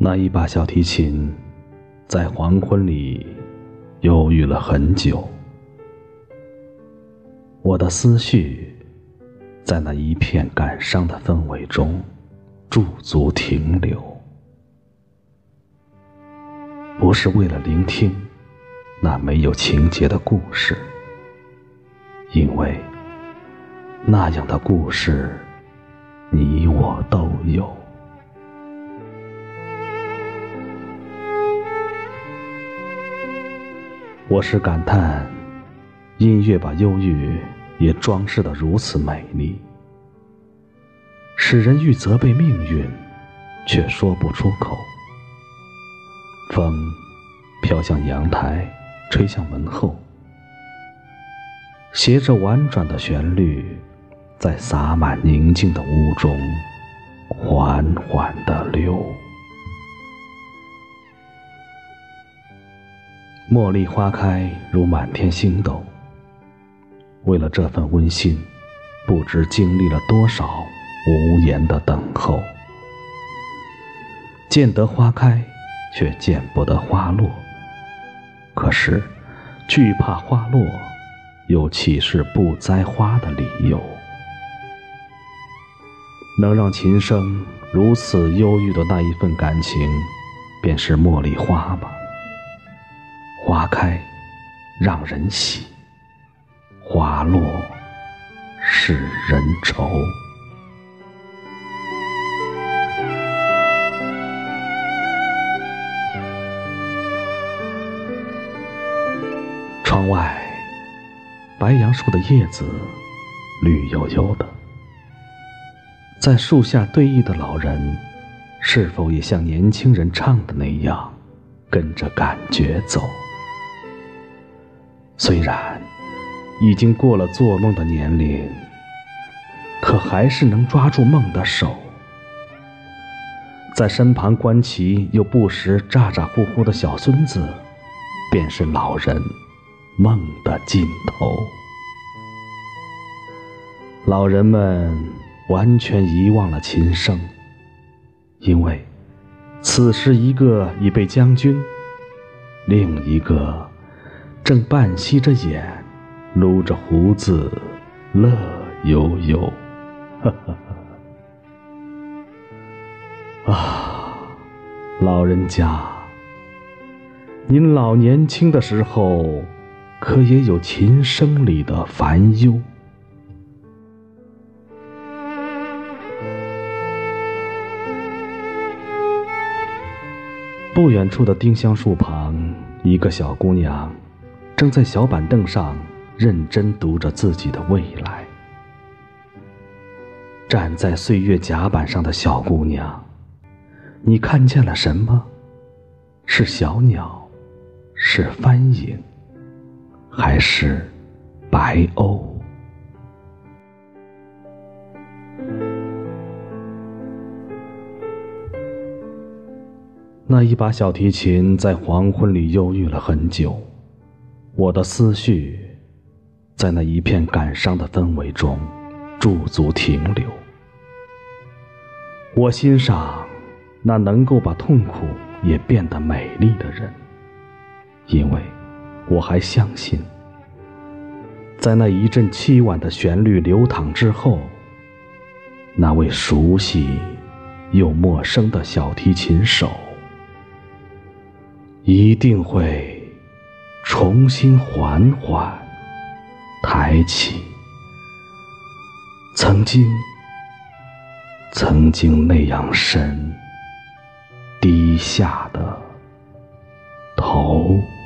那一把小提琴在黄昏里忧郁了很久，我的思绪在那一片感伤的氛围中驻足停留，不是为了聆听那没有情节的故事，因为那样的故事你我都有。我是感叹音乐把忧郁也装饰得如此美丽，使人欲责备命运却说不出口。风飘向阳台，吹向门后，携着婉转的旋律，在洒满宁静的屋中缓缓地流。茉莉花开如满天星斗，为了这份温馨，不知经历了多少无言的等候。见得花开，却见不得花落，可是惧怕花落，又岂是不栽花的理由？能让琴声如此忧郁的那一份感情，便是茉莉花吧。花开让人喜，花落使人愁。窗外白杨树的叶子绿油油的，在树下对弈的老人是否也像年轻人唱的那样跟着感觉走？虽然已经过了做梦的年龄，可还是能抓住梦的手。在身旁观棋又不时咋咋呼呼的小孙子，便是老人梦的尽头。老人们完全遗忘了琴声，因为此时一个已被将军，另一个正半吸着眼，撸着胡子，乐悠悠。老人家，您老年轻的时候，可也有琴声里的烦忧？不远处的丁香树旁，一个小姑娘正在小板凳上认真读着自己的未来。站在岁月甲板上的小姑娘，你看见了什么？是小鸟，是帆影，还是白鸥？那一把小提琴在黄昏里忧郁了很久，我的思绪在那一片感伤的氛围中驻足停留。我欣赏那能够把痛苦也变得美丽的人，因为我还相信，在那一阵凄婉的旋律流淌之后，那位熟悉又陌生的小提琴手一定会重新缓缓抬起曾经那样深低下的头。